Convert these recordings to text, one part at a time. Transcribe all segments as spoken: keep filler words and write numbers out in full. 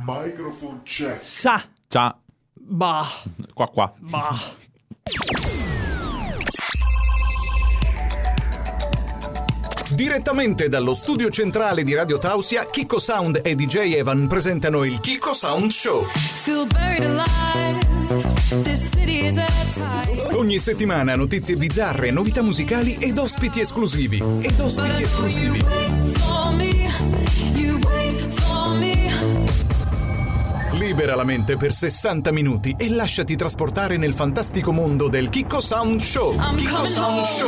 Microphone check. Sa. Ciao. Bah. Qua qua. Bah. Direttamente dallo studio centrale di Radio Tausia, Chicco Sound e D J Evan presentano il Chicco Sound Show. Ogni settimana notizie bizzarre, novità musicali ed ospiti esclusivi. Ed ospiti esclusivi. Libera la mente per sessanta minuti e lasciati trasportare nel fantastico mondo del Chicco Sound Show. Chicco Sound Show.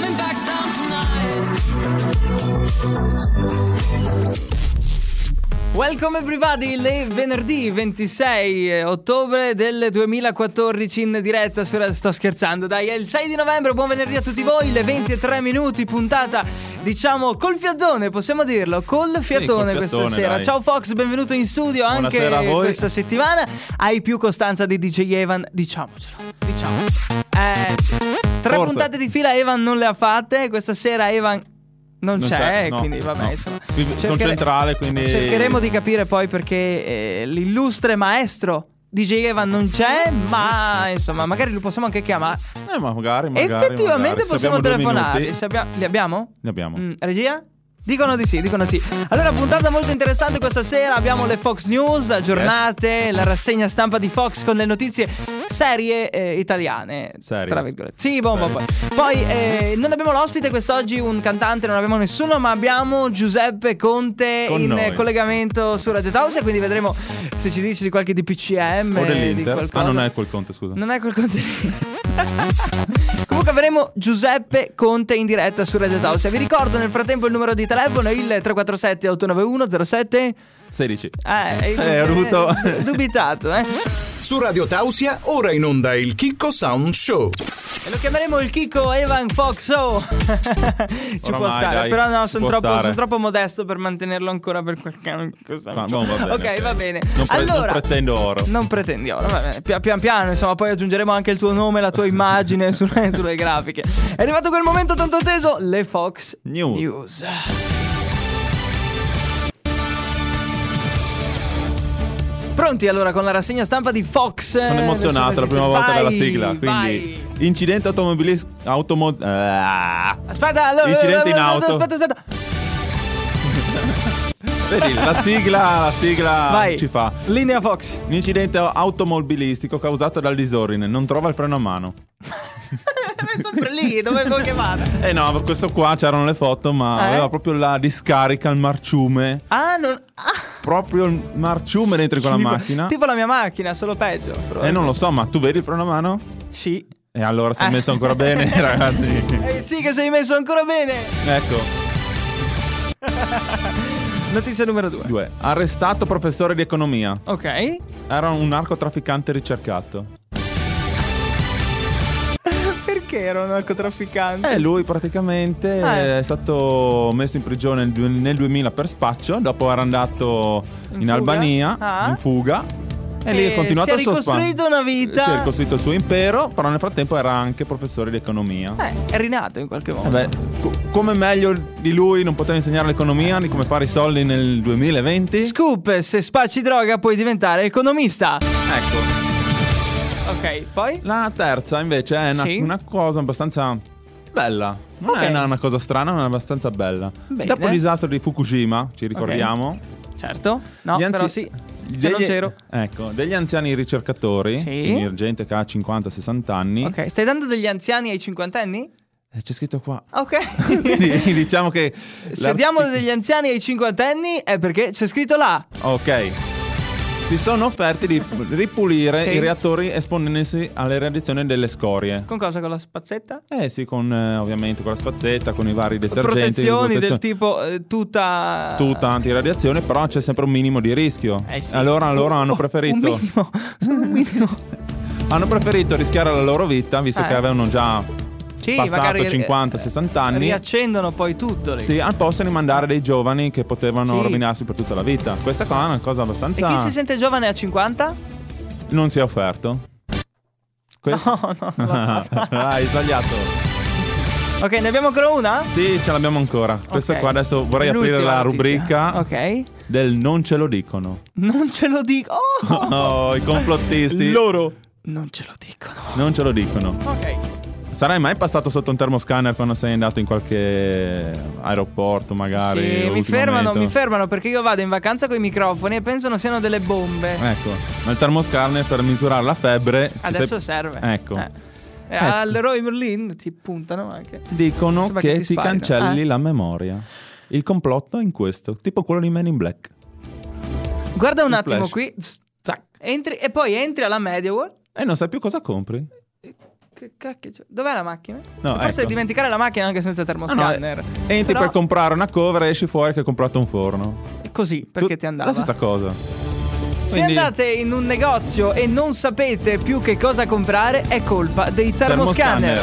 Welcome everybody, le venerdì ventisei ottobre del duemilaquattordici in diretta su Radio... Sto scherzando, dai, è il sei di novembre, buon venerdì a tutti voi, le venti e tre minuti, puntata, diciamo, col fiatone, possiamo dirlo, col fiatone, sì, col questa fiatone, sera. Dai. Ciao Fox, benvenuto in studio. Buonasera anche questa settimana. Hai più costanza di D J Evan, diciamocelo, diciamo. Eh, tre Forse. puntate di fila Evan non le ha fatte, questa sera Evan... Non, non c'è, c'è no, quindi vabbè, no. Insomma, sono cerchere- centrale, quindi cercheremo di capire poi perché eh, l'illustre maestro D J Evan non c'è, ma insomma, magari lo possiamo anche chiamare. Eh, ma magari, magari effettivamente magari. possiamo telefonare. Se abbia- li abbiamo? Li abbiamo. Mm, regia? Dicono di sì, dicono di sì. Allora, puntata molto interessante questa sera. Abbiamo le Fox News aggiornate, yes. La rassegna stampa di Fox con le notizie serie eh, italiane. Serie. Tra virgolette. Sì, boh, boh, boh. Poi eh, non abbiamo l'ospite quest'oggi, un cantante, non abbiamo nessuno, ma abbiamo Giuseppe Conte con in noi. collegamento su Radio Tausia, quindi vedremo se ci dice di qualche D P C M o dell'Inter. Di ah, non è quel Conte, scusa. Non è quel Conte. Comunque avremo Giuseppe Conte in diretta su Radio Tausia. Vi ricordo nel frattempo il numero di telefono, il tre quattro sette otto nove uno zero sette sedici. Eh, eh ho avuto dubitato, eh. Su Radio Tausia, ora in onda il Chicco Sound Show. E lo chiameremo il Chicco Evan Fox Show. Ci Oramai, può stare, dai, però no, sono troppo, son troppo modesto per mantenerlo ancora per qualche anno. Ma, no, va bene, ok, okay, va bene. Non, pre- allora, non pretendo oro. Non pretendi oro, va bene. Pian, pian piano, insomma, poi aggiungeremo anche il tuo nome, la tua immagine sulle, sulle grafiche. È arrivato quel momento tanto atteso, le Fox News. News. Pronti allora con la rassegna stampa di Fox. Sono emozionato, la prima volta vai, della sigla. Quindi vai. Incidente automobilistico automo- uh, Aspetta, allora, incidente in auto. Aspetta, aspetta. Vedi, la sigla, la sigla vai. Ci fa. Linea Fox. Un incidente automobilistico causato dal disordine, non trova il freno a mano. È sempre lì, dove vuoi che vada? Eh no, per questo qua c'erano le foto, ma eh? aveva proprio la discarica, il marciume. Ah, non... Ah. Proprio il marciume dentro quella macchina. Tipo la mia macchina, solo peggio. Eh non lo so, ma tu vedi il freno a mano? Sì. E allora sei messo ancora bene, ragazzi. Eh sì che sei messo ancora bene. Ecco. Notizia numero due. Due. Arrestato professore di economia. Ok. Era un narcotrafficante ricercato. Perché era un narcotrafficante? Eh, lui praticamente eh. è stato messo in prigione nel, nel duemila per spaccio. Dopo era andato in, in Albania, ah. in fuga. E, e lì è continuato il suo Si è ricostruito una vita. Si è ricostruito il suo impero. Però nel frattempo era anche professore di economia. Eh, è rinato in qualche modo. Eh beh, co- come meglio di lui non poteva insegnare l'economia, di come fare i soldi nel duemilaventi. Scoop, se spacci droga puoi diventare economista. Ecco. Ok, poi? La terza invece è una, sì? una cosa abbastanza bella. Non okay. è una, una cosa strana, ma è abbastanza bella. Bene. Dopo il disastro di Fukushima, ci ricordiamo. Okay. Certo. No, anzi- però sì. Se degli, non c'ero. Ecco, degli anziani ricercatori, sì? quindi gente che ha cinquanta sessanta anni. Ok, stai dando degli anziani ai cinquantenni? Eh, c'è scritto qua. Ok. Quindi diciamo che se diamo degli anziani ai cinquantenni è perché c'è scritto là. Ok. Si sono offerti di ripulire sì. i reattori esponendosi alle radiazioni delle scorie. Con cosa? Con la spazzetta? Eh sì, con eh, ovviamente con la spazzetta, con i vari detergenti. Protezioni del tipo eh, tutta... Tutta antiradiazione, però c'è sempre un minimo di rischio. Eh sì. Allora loro hanno oh, preferito... Un minimo, un minimo. Hanno preferito rischiare la loro vita, visto eh. che avevano già... Sì, passato cinquanta sessanta anni, riaccendono poi tutto lì. Sì, al posto di mandare dei giovani che potevano sì. rovinarsi per tutta la vita. Questa qua è una cosa abbastanza... E chi si sente giovane a cinquanta? Non si è offerto. Questo... No, no, no. Hai sbagliato. Ok, ne abbiamo ancora una? Sì, ce l'abbiamo ancora. Questa Okay. qua adesso vorrei L'ultima aprire la notizia. rubrica Ok. del non ce lo dicono. Non ce lo dico. Oh! Oh, i complottisti. Loro non ce lo dicono. Non ce lo dicono. Ok. Sarai mai passato sotto un termoscanner quando sei andato in qualche aeroporto magari? Sì, mi ultimo fermano, momento? mi fermano perché io vado in vacanza con i microfoni e pensano siano delle bombe. Ecco, ma il termoscanner per misurare la febbre ci Adesso sei- serve. Ecco. Eh. E Ecco. All'Eroe Merlin ti puntano anche. Dicono Sembra che, che ti, ti sparino. cancelli Eh. la memoria. Il complotto è in questo, tipo quello di Men in Black. Guarda un Il attimo flash. qui. Zac. Entri e poi entri alla Media World. E non sai più cosa compri. Che cacchio c'è? Dov'è la macchina? No, Forse ecco. dimenticare la macchina anche senza termoscanner. Ah, no, entri Però- per comprare una cover e esci fuori che hai comprato un forno. Così, perché Tu- ti andava. La stessa cosa. Se Quindi- andate in un negozio e non sapete più che cosa comprare, è colpa dei termoscanner.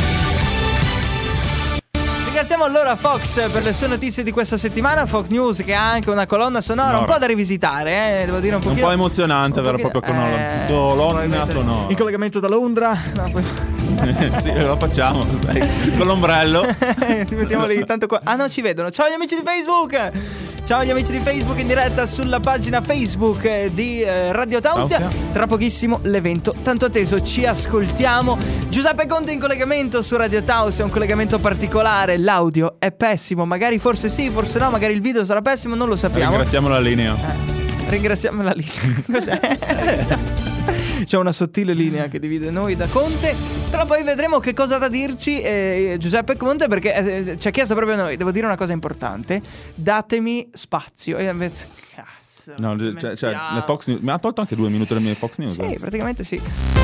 Ringraziamo allora Fox per le sue notizie di questa settimana. Fox News che ha anche una colonna sonora Sonora. un po' da rivisitare, eh, devo dire un Un pochino. po' emozionante, un vero? pochino- Proprio con eh, la colonna probabilmente sonora. In collegamento da Londra. No, poi- Sì, lo facciamo, sai, con l'ombrello. Ti mettiamo lì, tanto qua. Ah, no, ci vedono. Ciao agli amici di Facebook. Ciao agli amici di Facebook in diretta sulla pagina Facebook eh, di eh, Radio Tausia. Tausia. Tra pochissimo l'evento tanto atteso. Ci ascoltiamo. Giuseppe Conte in collegamento su Radio Tausia, un collegamento particolare. L'audio è pessimo, magari forse sì, forse no, magari il video sarà pessimo, non lo sappiamo. Ringraziamo la linea. Eh, ringraziamo la linea. Cos'è? C'è una sottile linea che divide noi da Conte. Però poi vedremo che cosa ha da dirci eh, Giuseppe Conte, perché eh, ci ha chiesto proprio a noi. Devo dire una cosa importante: datemi spazio. E invece, cazzo, No, ci cioè, cioè, mettiamo. le Fox News. Mi ha tolto anche due minuti le mie Fox News. Sì, eh. praticamente sì.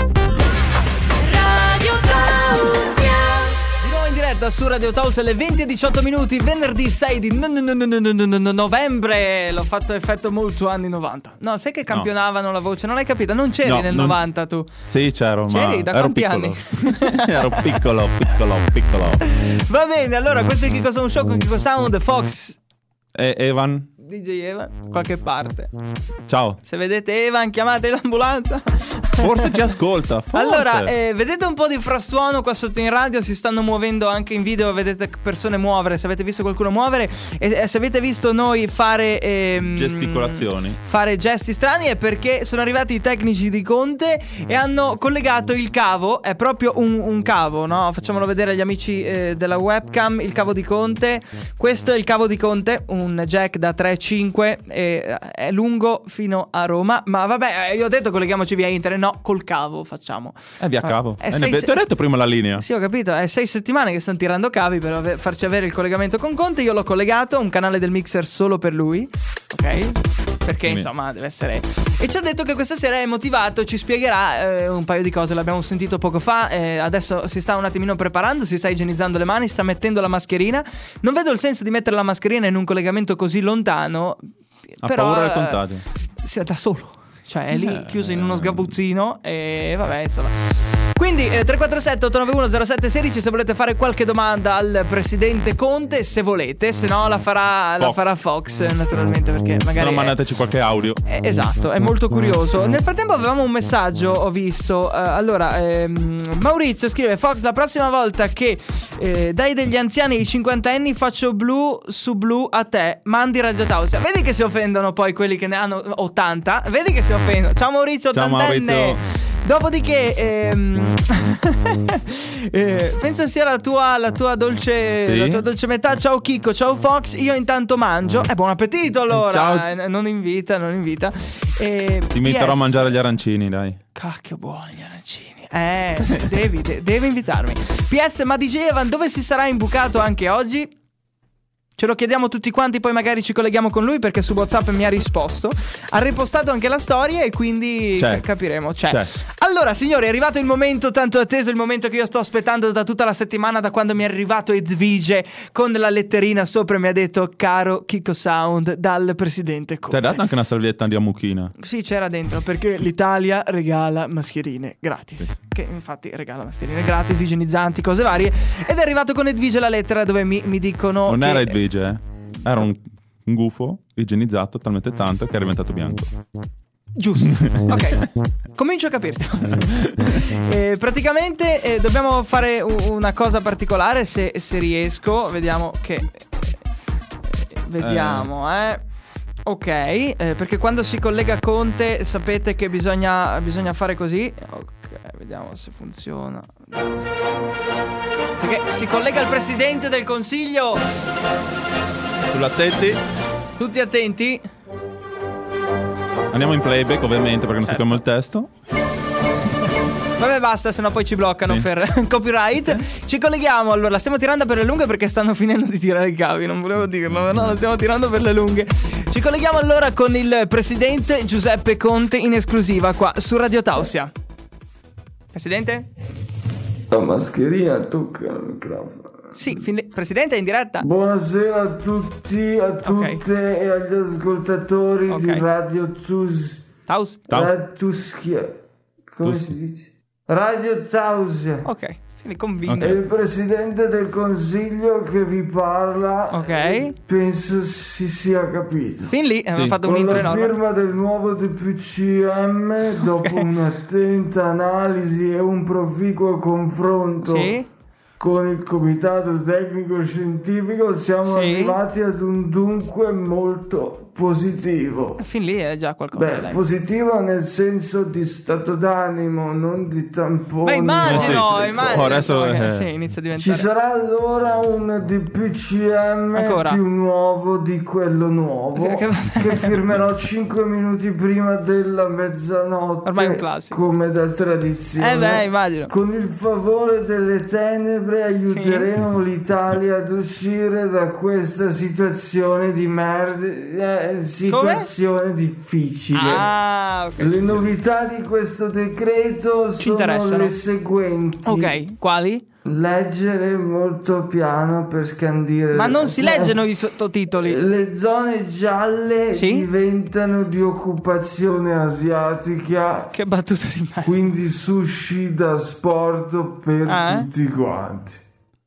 Radio Tausia. Di nuovo in diretta su Radio Tausia alle venti e diciotto minuti, venerdì sei di no- no- no- no- no- no- no- no- novembre. L'ho fatto effetto molto anni novanta. No, sai che campionavano la voce? Non hai capito? Non c'eri No, nel non- novanta tu. Sì, c'ero, C'eri? ma Da ero quanti piccolo. anni? Ero piccolo, piccolo, piccolo. Va bene, allora questo è il Kiko Sound Show con Kiko Sound, Fox, E Evan, D J Evan, qualche parte. ciao. Se vedete Evan, chiamate l'ambulanza. Forse ci ascolta. Forse. Allora, eh, vedete un po' di frastuono qua sotto in radio, si stanno muovendo anche in video, vedete persone muovere, se avete visto qualcuno muovere e, e se avete visto noi fare ehm, Gesticolazioni. fare gesti strani è perché sono arrivati i tecnici di Conte e hanno collegato il cavo, è proprio un, un cavo, no? Facciamolo vedere agli amici eh, della webcam, il cavo di Conte. Questo è il cavo di Conte, un jack da tre virgola cinque, eh, è lungo fino a Roma, ma vabbè, eh, io ho detto colleghiamoci via internet, no, col cavo facciamo. È via cavo. Eh, Eh, sei- ne- Ti ho detto prima la linea. Sì, ho capito, è sei settimane che stanno tirando cavi per ave- farci avere il collegamento con Conte. Io l'ho collegato, un canale del mixer solo per lui, ok? Perché Quindi- insomma deve essere. E ci ha detto che questa sera è motivato, ci spiegherà eh, un paio di cose, l'abbiamo sentito poco fa, eh, adesso si sta un attimino preparando, si sta igienizzando le mani, sta mettendo la mascherina. Non vedo il senso di mettere la mascherina in un collegamento così lontano. Ha però, paura del eh, contagio. si è da solo, cioè è lì Eh, chiuso in uno sgabuzzino e vabbè insomma. Quindi eh, tre quattro sette otto nove uno zero sette uno sei se volete fare qualche domanda al presidente Conte, se volete, se no la farà la Fox. farà Fox naturalmente, perché Se magari no è- mandateci qualche audio. eh, esatto, è molto curioso. Nel frattempo avevamo un messaggio, ho visto. eh, allora, ehm, Maurizio scrive: Fox, la prossima volta che eh, dai degli anziani ai cinquantenni faccio blu su blu a te, mandi Radio Tausia. Vedi che si offendono poi quelli che ne hanno ottanta. Vedi che si offendono. Ciao Maurizio, Ciao, ottantenne. Maurizio. Dopodiché, ehm, eh, penso sia la tua, la tua dolce, Sì. la tua dolce metà. Ciao Chicco, ciao Fox. Io intanto mangio. Eh, buon appetito allora. Ciao. Eh, non invita, non invita. E Ti inviterò P S a mangiare gli arancini, dai. Cacchio buoni gli arancini. Eh, devi, de- devi invitarmi. P S, ma D J Evan dove si sarà imbucato anche oggi? Ce lo chiediamo tutti quanti, poi magari ci colleghiamo con lui perché su WhatsApp mi ha risposto. Ha ripostato anche la storia e quindi C'è. ca- capiremo. C'è. C'è. Allora, signori, è arrivato il momento tanto atteso, il momento che io sto aspettando da tutta la settimana, da quando mi è arrivato Edvige con la letterina sopra e mi ha detto: caro Kiko Sound, dal presidente Ti Conte. hai dato anche una salvietta di ammuchina? Sì, c'era dentro perché l'Italia regala mascherine gratis. Che infatti regala mascherine gratis, igienizzanti, cose varie. Ed è arrivato con Edvige la lettera dove mi, mi dicono. Non che... era Edvige, eh? Era un, un gufo igienizzato talmente tanto che è diventato bianco. Giusto, ok, comincio a capirti. eh, praticamente eh, dobbiamo fare u- una cosa particolare, se, se riesco, vediamo che... Eh, vediamo, eh... eh. Ok, eh, perché quando si collega Conte sapete che bisogna, bisogna fare così. Ok, vediamo se funziona. Perché si collega il Presidente del Consiglio. Sulla attenti. Tutti attenti. Andiamo in playback ovviamente perché non Certo. sappiamo il testo. Vabbè, basta, sennò poi ci bloccano, sì, per copyright. Ci colleghiamo, allora, la stiamo tirando per le lunghe perché stanno finendo di tirare i cavi. Non volevo dirlo, ma no, la stiamo tirando per le lunghe. Ci colleghiamo allora con il presidente Giuseppe Conte in esclusiva qua su Radio Tausia. Presidente? La mascherina tocca il microfono. Sì, fin- presidente è in diretta. Buonasera a tutti, a tutte Ok. e agli ascoltatori Ok. di Radio Tus... Taus? Taus. Radio Tuschia. Come Tus- si dice? Radio Tausia. Ok, quindi convinto. È il presidente del consiglio che vi parla. Ok. e penso si sia capito. Fin lì abbiamo Sì. fatto un Con intro la enorme. firma del nuovo D P C M, dopo un'attenta analisi e un proficuo confronto Sì. con il comitato tecnico scientifico, siamo Sì. arrivati ad un dunque molto positivo. Fin lì è già qualcosa, Beh, dai. positivo nel senso di stato d'animo, non di tamponi. Ma immagino, Eh sì. immagino. Oh, adesso, insomma, che- eh. sì, inizia a Ci diventare. sarà allora un D P C M Ancora? più nuovo di quello nuovo Che- che, che- firmerò cinque minuti prima della mezzanotte, Ormai è un classico. come da tradizione. Eh beh, immagino. Con il favore delle tenebre aiuteremo l'Italia ad uscire da questa situazione di merda, eh, situazione difficile. Ah, ok. Le sì, sì. novità di questo decreto Ci sono interessano. le seguenti. Ok, quali? Leggere molto piano per scandire. Ma non si Eh, leggono i sottotitoli. Le zone gialle Sì? diventano di occupazione asiatica, Che battuta di merda. quindi sushi da sport per Ah, eh? tutti quanti.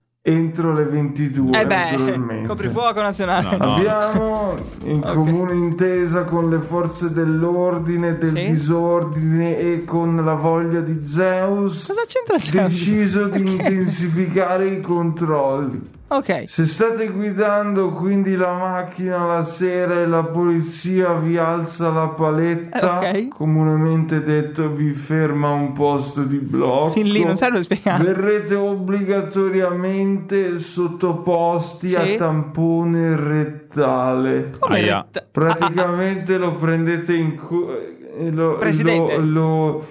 Entro le ventidue, Eh beh, naturalmente. coprifuoco nazionale. No, no. Abbiamo in Ok. comune intesa con le forze dell'ordine, del Sì? disordine e con la voglia di Zeus, Cosa c'entra Zeus? deciso di Ok. intensificare i controlli. Ok. Se state guidando quindi la macchina la sera e la polizia vi alza la paletta, Eh, ok. comunemente detto vi ferma un posto di blocco, Fin lì non serve spiegare. verrete obbligatoriamente sottoposti Sì? a tampone rettale. Come Aia. retta- Praticamente lo prendete in cu- eh, lo, Presidente. lo- lo-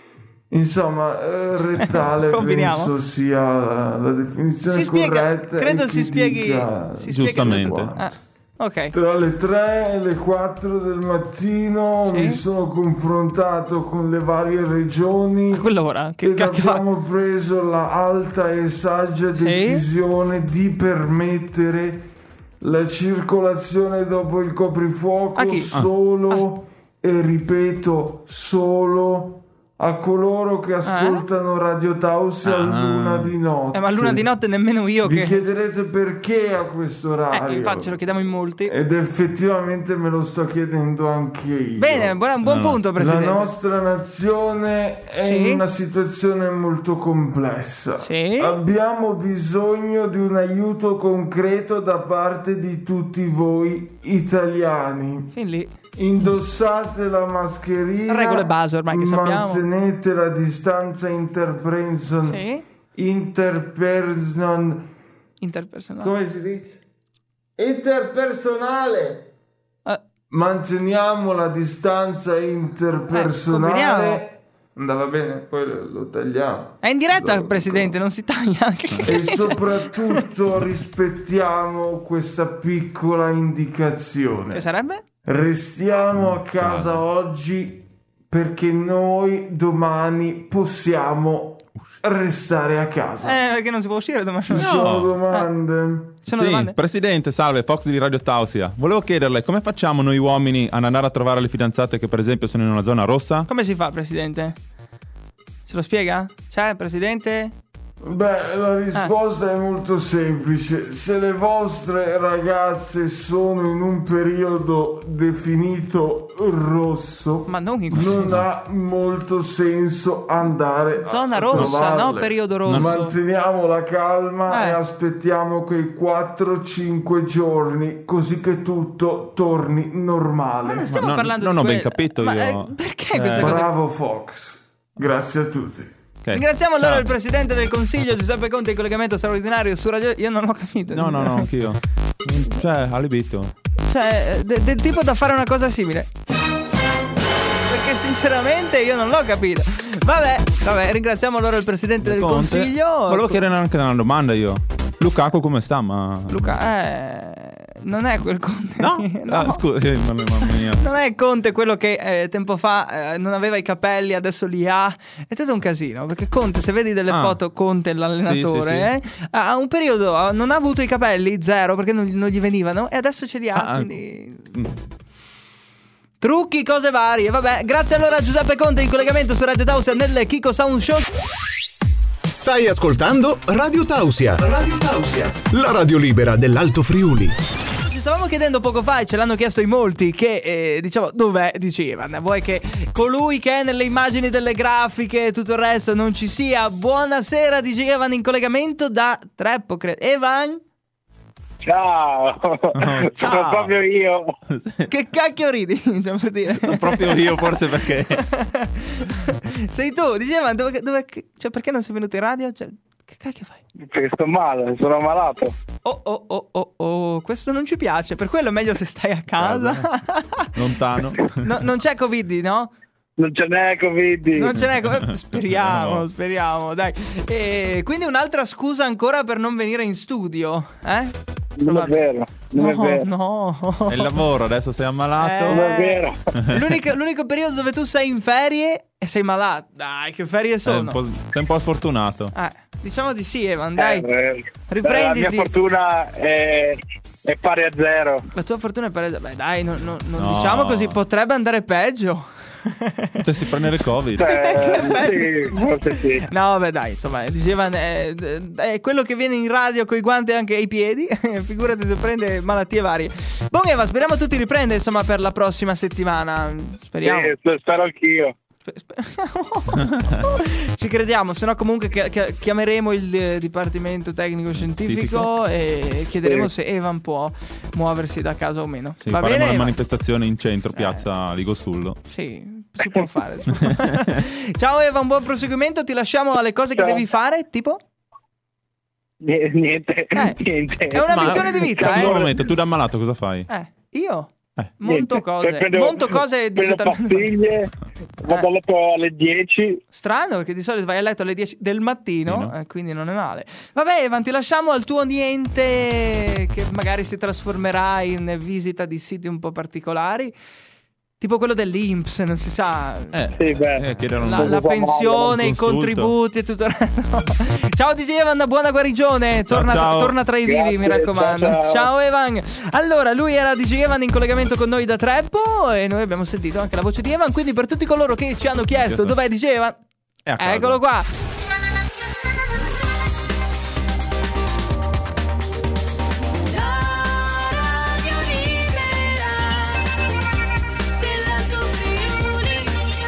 insomma eh, rettale Combiniamo? penso sia la, la definizione Si spiega, corretta, credo e si che spieghi, dica si spieghi Giustamente. tutto. Ah, ok. tra le tre e le quattro del mattino Sì? mi sono confrontato con le varie regioni A quell'ora, che ed cacchio fa? abbiamo preso la alta e saggia decisione di permettere la circolazione dopo il coprifuoco A chi? solo e ripeto solo a coloro che ascoltano Radio Tausia a Ah. luna di notte. Eh, ma luna di notte nemmeno io Vi che... chiederete perché a questo orario. Eh, infatti ce lo chiediamo in molti. Ed effettivamente me lo sto chiedendo anche io. Bene, buona- un buon No, no. punto, La Presidente. nostra nazione è Sì? in una situazione molto complessa. Sì? Abbiamo bisogno di un aiuto concreto da parte di tutti voi italiani. Fin lì. Indossate la mascherina. Regole base ormai che sappiamo. Mantenete la distanza interperson. Sì? Interperson. Interpersonale. Come si dice? Interpersonale. Eh, Manteniamo la distanza Eh, interpersonale. combiniamo. Andava bene, poi lo, lo tagliamo. è in diretta, Dopo. Presidente, non si taglia anche. E soprattutto rispettiamo questa piccola indicazione. Che sarebbe? Restiamo a casa oggi perché noi domani possiamo restare a casa. Eh, perché non si può uscire domani. Ci sono domande? Ci sono Sì, domande? Presidente, salve, Fox di Radio Tausia. Volevo chiederle come facciamo noi uomini ad andare a trovare le fidanzate che per esempio sono in una zona rossa? Come si fa, Presidente? Se lo spiega? C'è, Presidente? Beh, la risposta eh. è molto semplice. Se le vostre ragazze sono in un periodo definito rosso, ma non, in non ha molto senso andare zona a rossa, trovarle. no? Periodo rosso. Manteniamo la calma eh. e aspettiamo quei quattro cinque giorni, così che tutto torni normale. Ma non stiamo ma parlando non, di non que... ho ben capito ma, io. Eh, perché eh. queste cose? Bravo Fox. Grazie a tutti. Okay. Ringraziamo allora Ciao. il Presidente del Consiglio Giuseppe Conte in collegamento straordinario su Radio. Io non l'ho capito. No, no, no, anch'io. Cioè, allibito. Cioè, de- del tipo da fare una cosa simile. Perché sinceramente io non l'ho capito. Vabbè, vabbè, ringraziamo allora il Presidente del Conte. Consiglio. Volevo chiedere anche una domanda io. Lukaku come sta? Ma Luca, eh, non è quel Conte. No? no. Ah, scusa, eh, mamma mia. Non è Conte quello che eh, tempo fa eh, non aveva i capelli, adesso li ha. È tutto un casino. Perché Conte, se vedi delle Ah. foto, Conte, l'allenatore, Sì, sì, sì. Eh, ha un periodo, non ha avuto i capelli, zero, perché non, non gli venivano, e adesso ce li ha. Ah, quindi... mm. Trucchi, cose varie. Vabbè, grazie allora a Giuseppe Conte in collegamento su Radio Tausia nel Kiko Sound Show. Stai ascoltando Radio Tausia. Radio Tausia, la radio libera dell'Alto Friuli. Ci stavamo chiedendo poco fa, e ce l'hanno chiesto in molti, che eh, diciamo, dov'è, dice Evan, vuoi che colui che è nelle immagini delle grafiche e tutto il resto non ci sia? Buonasera, dice Evan in collegamento da Treppo, credo. Evan? Ciao, Oh, sono ciao. proprio io. Che cacchio ridi? Cioè, per dire. Sono proprio io, forse perché Sei tu, dice Evan, dove, dove, cioè, perché non sei venuto in radio? Cioè, che cacchio fai? Perché sto male, sono ammalato. Oh oh oh oh oh, questo non ci piace, per quello è meglio se stai a casa. lontano. No, non c'è Covid, no? Non ce n'è Covid. Non ce n'è, co- speriamo, No. speriamo, dai. E quindi un'altra scusa ancora per non venire in studio, eh? Non è vero, non è No, vero. no. È il lavoro, adesso sei ammalato. Eh. Non è vero. L'unico, l'unico periodo dove tu sei in ferie e sei malato. Dai, che ferie Sei un, sono? po', sei un po' sfortunato. Eh, diciamo di sì, Evan, Eh, dai. eh, Riprenditi. La mia fortuna è, è pari a zero. La tua fortuna è presa. Beh, dai, non, non- non No. diciamo così, potrebbe andare peggio. Potresti prendere il Covid. Eh, sì, forse sì. No, vabbè, dai, insomma, dicevano è, è quello che viene in radio coi guanti anche ai piedi. Figurati se prende malattie varie. Buon Eva, speriamo tutti riprenda, insomma, per la prossima settimana. Speriamo. Sì, lo spero anch'io. Spe- spe- Ci crediamo, se no comunque chi- chi- chiameremo il eh, Dipartimento Tecnico Scientifico e chiederemo Sì. se Evan può muoversi da casa o meno. Sì, Va faremo bene? una Evan? manifestazione in centro, piazza Ligosullo. Sì, si può fare. si può fare. Ciao Evan, buon proseguimento. Ti lasciamo alle cose che Ciao. devi fare, tipo? Niente, niente. Eh, niente. è una Ma- missione di vita, Un eh? momento, tu da ammalato cosa fai? Eh, io? Eh. Monto Niente. cose. Prendo- Monto cose prendo digitalmente. pastiglie, vado a letto alle dieci. Strano, perché di solito vai a letto alle dieci del mattino, Sì, no? eh, quindi non è male. Vabbè, Evan, ti lasciamo al tuo niente, che magari si trasformerà in visita di siti un po' particolari. Tipo quello dell'I N P S, non si sa. Eh, Sì, beh. eh, chiedere un La, la un pensione, i consulto. contributi e tutto il resto. Ciao D J Evan, buona guarigione. Torna, ciao. torna tra i vivi, Grazie, mi raccomando. ciao, ciao. Ciao Evan. Allora, lui era D J Evan in collegamento con noi da Treppo e noi abbiamo sentito anche la voce di Evan. Quindi per tutti coloro che ci hanno chiesto Sì, sì. dov'è D J Evan, È a casa. eccolo qua. La radio libera dell'Alto Friuli.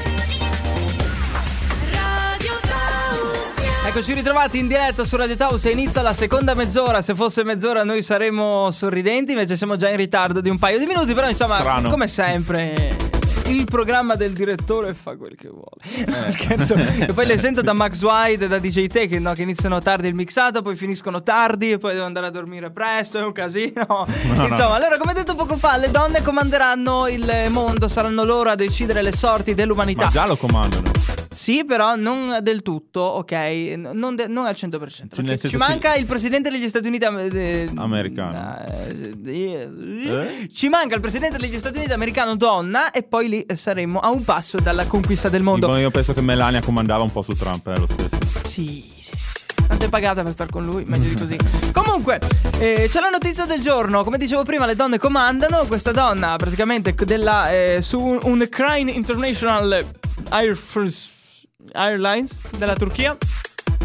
Radio Tausia. Eccoci ritrovati in diretta su Radio Tausia. Inizia la seconda mezz'ora. Se fosse mezz'ora noi saremmo sorridenti, invece siamo già in ritardo di un paio di minuti. Però insomma, Strano. come sempre, il programma del direttore fa quel che vuole. No, scherzo. E poi le sento da Max White e da D J Te che, no, che iniziano tardi il mixato, poi finiscono tardi e poi devo andare a dormire presto. È un casino. No, Insomma, no. allora, come detto poco fa, le donne comanderanno il mondo, saranno loro a decidere le sorti dell'umanità. Ma già lo comandano. Sì, però non del tutto, ok? Non, de- non al cento per cento. Cioè, nel Perché ci senso manca il presidente degli Stati Uniti am- de- Americano. Eh, Eh? Ci manca il presidente degli Stati Uniti americano donna e poi lì saremmo a un passo dalla conquista del mondo. Io penso che Melania comandava un po' su Trump, eh, lo stesso. Sì, sì, sì, sì. Tanto è pagata per star con lui, meglio di così. Comunque, eh, c'è la notizia del giorno. Come dicevo prima, le donne comandano. Questa donna, praticamente, della, eh, su un, un Ukraine International Air Force Airlines della Turchia,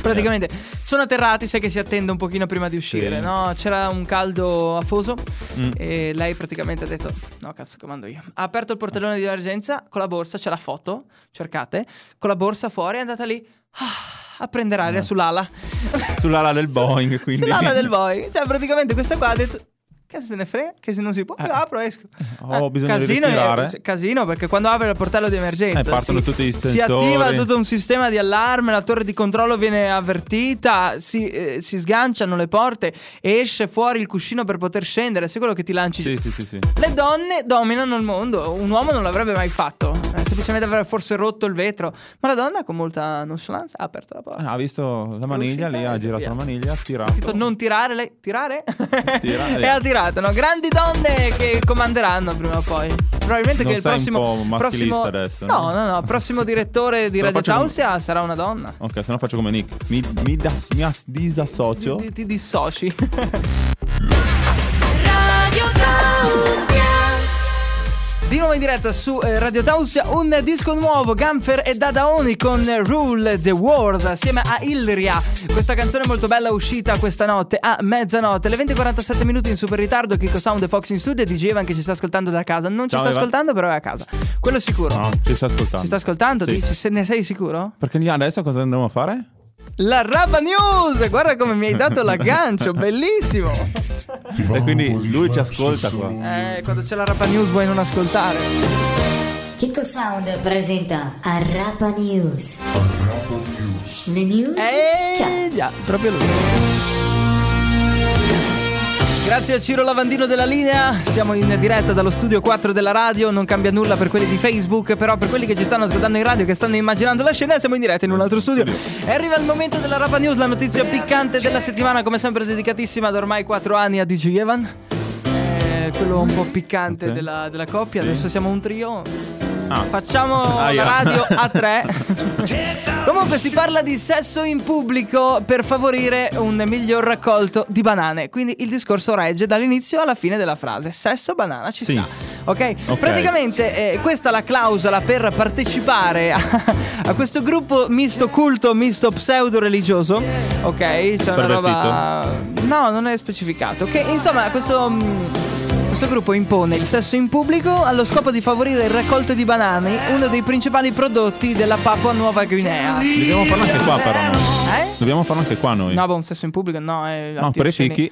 Praticamente sono atterrati, sai che si attende un pochino prima di uscire, Sì. no? C'era un caldo afoso Mm. e lei praticamente ha detto no cazzo comando io. Ha aperto il portellone di emergenza con la borsa, c'è la foto, cercate, con la borsa fuori, è andata lì ah, a prendere aria sull'ala. Sull'ala del Boeing, quindi. Sull'ala del Boeing. Cioè praticamente questa qua ha detto che se ne frega, che se non si può, io apro e esco. Ho Eh, bisogno di casino, respirare. eh, casino perché quando apre il portello di emergenza Eh, partono si, tutti i si sensori. attiva tutto un sistema di allarme, la torre di controllo viene avvertita, si, eh, si sganciano le porte, esce fuori il cuscino per poter scendere, sai quello che ti lanci. Sì, sì, sì, sì. Le donne dominano il mondo, un uomo non l'avrebbe mai fatto, eh, semplicemente avrebbe forse rotto il vetro, ma la donna con molta nonchalance ha aperto la porta. Ha visto la maniglia uscita lì, e ha via. girato la maniglia, ha tirato. Detto, non tirare, lei tirare? Tira, e via. ha tirato, no? Grandi donne che comanderanno prima o poi. Probabilmente Non che il sei un prossimo po' maschilista prossimo, adesso, no, no? no, no, prossimo direttore di Se lo Radio faccio con- Tausia sarà una donna. Ok, se no faccio come Nick. Mi, mi, das- mi as- disassocio. Ti, ti dissoci. Radio Tausia. Di nuovo in diretta su eh, Radio Tausia, un disco nuovo, Gunfer e Dadaoni con Rule the World assieme a Ilria. Questa canzone molto bella uscita questa notte a mezzanotte, alle venti e quarantasette minuti in super ritardo. Kiko Sound e Fox in studio e D J Evan che ci sta ascoltando da casa. Non ci Ciao, sta Evan. ascoltando però è a casa, quello sicuro. No, ci sta ascoltando. Ci sta ascoltando? Sì. Dici, se ne sei sicuro? Perché lì adesso cosa andremo a fare? La Rapa News, guarda come mi hai dato l'aggancio, bellissimo. E quindi lui ci ascolta qua. Eh, quando c'è la Rapa News vuoi non ascoltare? Kiko Sound presenta Arrapa News. Le news? Eh, già, proprio lui. Grazie a Ciro Lavandino della linea, siamo in diretta dallo studio quattro della radio, non cambia nulla per quelli di Facebook, però per quelli che ci stanno ascoltando in radio, che stanno immaginando la scena, siamo in diretta in un altro studio. E arriva il momento della Rapa News, la notizia piccante della settimana, come sempre dedicatissima da ormai quattro anni a D J Evan. Eh, quello un po' piccante Ok. della, della coppia, Sì. adesso siamo un trio. Ah. Facciamo Aia. la radio a tre. Comunque si parla di sesso in pubblico per favorire un miglior raccolto di banane. Quindi il discorso regge dall'inizio alla fine della frase. Sesso, banana, ci Sì. sta. Ok? Ok. Praticamente eh, questa è la clausola per partecipare a, a questo gruppo misto culto, misto pseudo religioso. Ok? C'è una roba. No, non è specificato. Ok? Insomma, questo. mh, Questo gruppo impone il sesso in pubblico allo scopo di favorire il raccolto di banane, uno dei principali prodotti della Papua Nuova Guinea. Dobbiamo farlo anche qua però noi. Eh? Dobbiamo farlo anche qua noi. No, boh, un sesso in pubblico no, è No, per i fichi.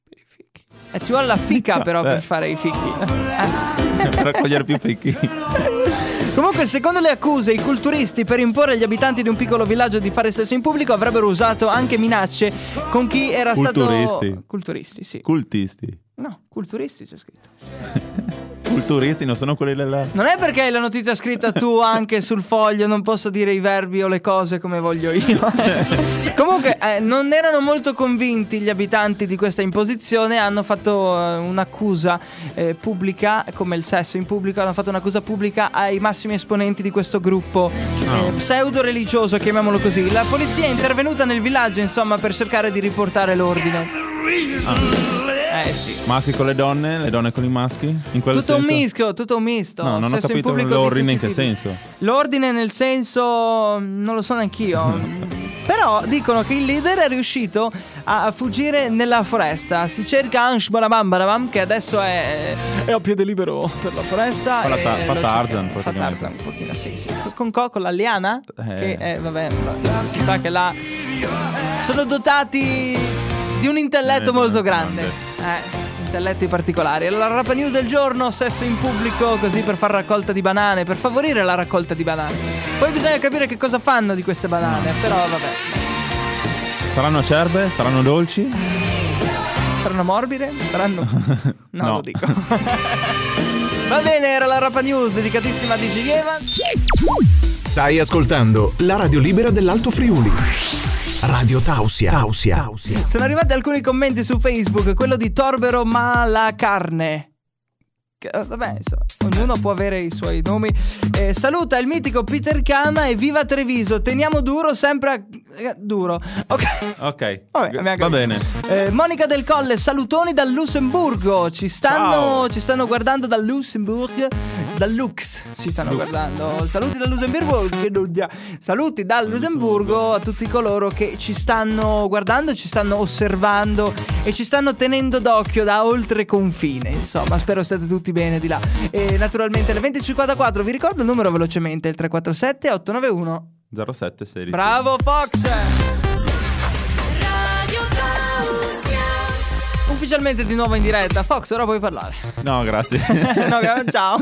E ci vuole la fica però Eh. per fare i fichi. Per raccogliere più fichi. Comunque, secondo le accuse, i culturisti, per imporre agli abitanti di un piccolo villaggio di fare sesso in pubblico, avrebbero usato anche minacce con chi era Culturisti. stato. Culturisti, sì. Cultisti. No, culturisti c'è scritto. Culturisti non sono quelli della. Non è perché hai la notizia scritta tu anche sul foglio, non posso dire i verbi o le cose come voglio io. Comunque, eh, non erano molto convinti gli abitanti di questa imposizione, hanno fatto eh, un'accusa eh, pubblica, come il sesso in pubblico, hanno fatto un'accusa pubblica ai massimi esponenti di questo gruppo eh, pseudo religioso, chiamiamolo così. La polizia è intervenuta nel villaggio, insomma, per cercare di riportare l'ordine. Eh sì. Maschi con le donne, le donne con i maschi? In quel Tutto un senso? mischio, tutto un misto. No, non ho Sesso in capito pubblico di l'ordine in tutti che i tipi. senso. L'ordine nel senso non lo so neanch'io. Però dicono che il leader è riuscito a a fuggire nella foresta. Si cerca Ansh Barabam Barabam, che adesso è, è a piede libero per la foresta. Fa la e ta- fa lo Tarzan, cerca- Fa praticamente. Tarzan un pochino, sì, sì. Con co, con la liana? Eh. Che è, vabbè, si sa che là sono dotati di un intelletto Eh, molto grande. grande. Eh. Intelletti particolari. La Rapa News del giorno, sesso in pubblico, così per far raccolta di banane, per favorire la raccolta di banane. Poi bisogna capire che cosa fanno di queste banane, però vabbè. Saranno acerbe? Saranno dolci? Saranno morbide? Saranno... No, No. lo dico. Va bene, era la Rapa News dedicatissima a D J Evan. Stai ascoltando la radio libera dell'Alto Friuli. Radio Tausia. Tausia. Sono arrivati alcuni commenti su Facebook, quello di Torbero Malacarne. Che, eh, vabbè, insomma, ognuno può avere i suoi nomi. Eh, saluta il mitico Peter Kama e viva Treviso. Teniamo duro, sempre a... eh, duro. Ok. Ok, Vabbè, abbiamo va capito. bene. Eh, Monica Del Colle, salutoni dal Lussemburgo. Ci stanno, Ciao. ci stanno guardando dal Lussemburgo. dal Lux ci stanno Lux. guardando. Saluti dal Lussemburgo. Saluti dal Lussemburgo a tutti coloro che ci stanno guardando, ci stanno osservando e ci stanno tenendo d'occhio da oltre confine. Insomma, spero stiate tutti bene di là. E naturalmente alle venti e cinquantaquattro vi ricordo il numero velocemente, il tre quattro sette otto nove uno zero sette sedici. Bravo Fox. Ufficialmente di nuovo in diretta. Fox, ora puoi parlare. No, grazie. No, gra- ciao.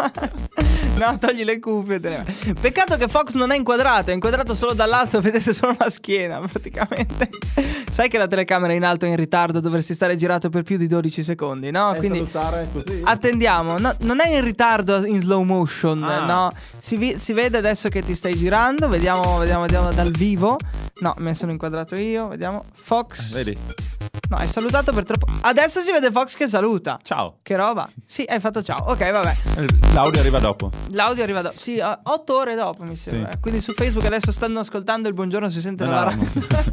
No, togli le cuffie. Peccato che Fox non è inquadrato. È inquadrato solo dall'alto. Vedete solo la schiena praticamente. Sai che la telecamera in alto è in ritardo. Dovresti stare girato per più di dodici secondi, no? E quindi salutare così. attendiamo. No, non è in ritardo in slow motion, ah. no. Si, vi- si vede adesso che ti stai girando. Vediamo, vediamo, vediamo dal vivo. No, me sono inquadrato io. Vediamo. Fox. Vedi? No, hai salutato per troppo. Adesso si vede Fox che saluta. Ciao. Che roba. Sì, hai fatto ciao. Ok, vabbè. L'audio arriva dopo. L'audio arriva dopo. Sì, uh, otto ore dopo mi sembra. Sì. Quindi su Facebook adesso stanno ascoltando il buongiorno si sente nella L'allarme.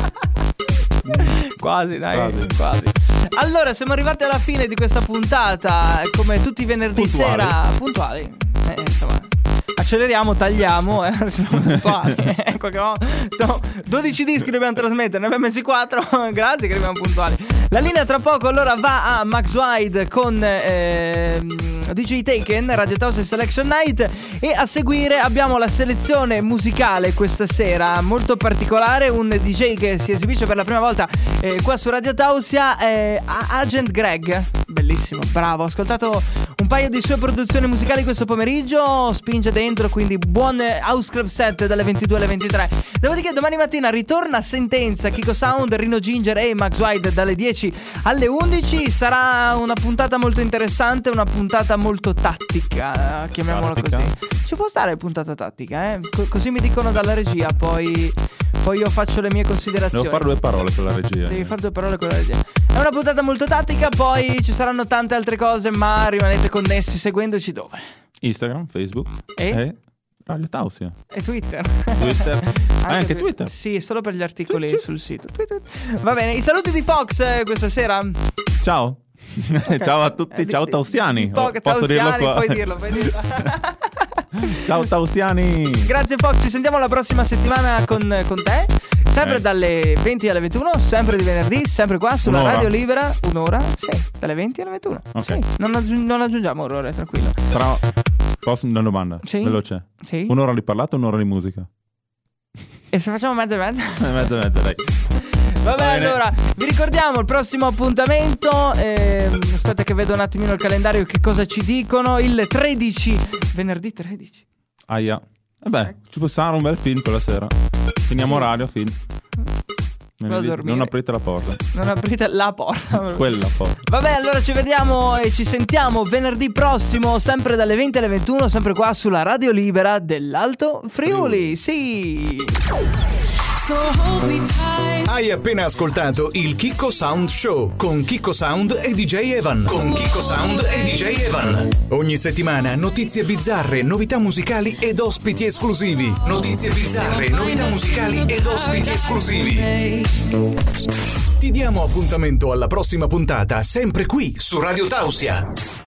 radio. Quasi, dai. Quasi. Quasi. Allora, siamo arrivati alla fine di questa puntata. Come tutti i venerdì Puntuali. sera. Puntuali. Eh, insomma. Acceleriamo, tagliamo, eh, puntuali. Eh, qualche volta. No, dodici dischi dobbiamo trasmettere, ne abbiamo messi quattro. Grazie che arriviamo puntuali. La linea tra poco allora va a Max Wide con eh, D J Taken, Radio House Selection Night. E a seguire abbiamo la selezione musicale questa sera, molto particolare. Un D J che si esibisce per la prima volta eh, qua su Radio Tausia, eh, Agent Greg. Bellissimo, bravo. Ho ascoltato un paio di sue produzioni musicali questo pomeriggio. Spinge dentro, quindi buon House Club set dalle ventidue alle ventitré. Dopodiché domani mattina ritorna Sentenza, Kiko Sound, Rino Ginger e Max Wide dalle dieci alle undici. Sarà una puntata molto interessante, una puntata molto tattica, chiamiamola Tattica. così. Ci può stare puntata tattica, eh? Co- così mi dicono dalla regia, poi poi io faccio le mie considerazioni. Devo fare due parole con la regia. Devi fare due parole con la regia. È una puntata molto tattica, poi ci saranno tante altre cose, ma rimanete connessi seguendoci dove? Instagram, Facebook E? e Radio Tausia. E Twitter. Twitter. Anche anche per- Twitter. Sì, solo per gli articoli sul sito. Twitter. Va bene, i saluti di Fox eh, questa sera. Ciao. Ciao a tutti, Eh, di- ciao di- tausiani. di poco- Oh, posso dirlo tausiani, qua? puoi dirlo, puoi dirlo. Ciao tausiani. Grazie Fox, ci sentiamo la prossima settimana con, con te. Sempre Ok. dalle venti alle ventuno, sempre di venerdì, sempre qua sulla Un'ora. Radio Libera. Un'ora? Sì, dalle venti alle ventuno. Ok. Sì, non, aggiung- non aggiungiamo un'ora, tranquillo. Però posso una domanda? Sì. Veloce. Sì. Un'ora di parlato, un'ora di musica. E se facciamo mezza e mezza? Eh, Mezza e mezza, dai. Vabbè, Va bene. allora, vi ricordiamo il prossimo appuntamento. ehm, aspetta che vedo un attimino il calendario, che cosa ci dicono. Il tredici, venerdì tredici. Aia. Vabbè, ci può stare un bel film quella sera. Finiamo Sì. orario, film. Vado a dormire. Non aprite la porta. Non aprite la porta. Quella porta. Vabbè, allora ci vediamo e ci sentiamo venerdì prossimo, sempre dalle venti alle ventuno, sempre qua sulla Radio Libera dell'Alto Friuli. Sì. So hold me tight. Hai appena ascoltato il Kiko Sound Show con Kiko Sound e D J Evan. Con Kiko Sound e D J Evan. Ogni settimana notizie bizzarre, novità musicali ed ospiti esclusivi. Notizie bizzarre, novità musicali ed ospiti esclusivi. Ti diamo appuntamento alla prossima puntata, sempre qui su Radio Tausia.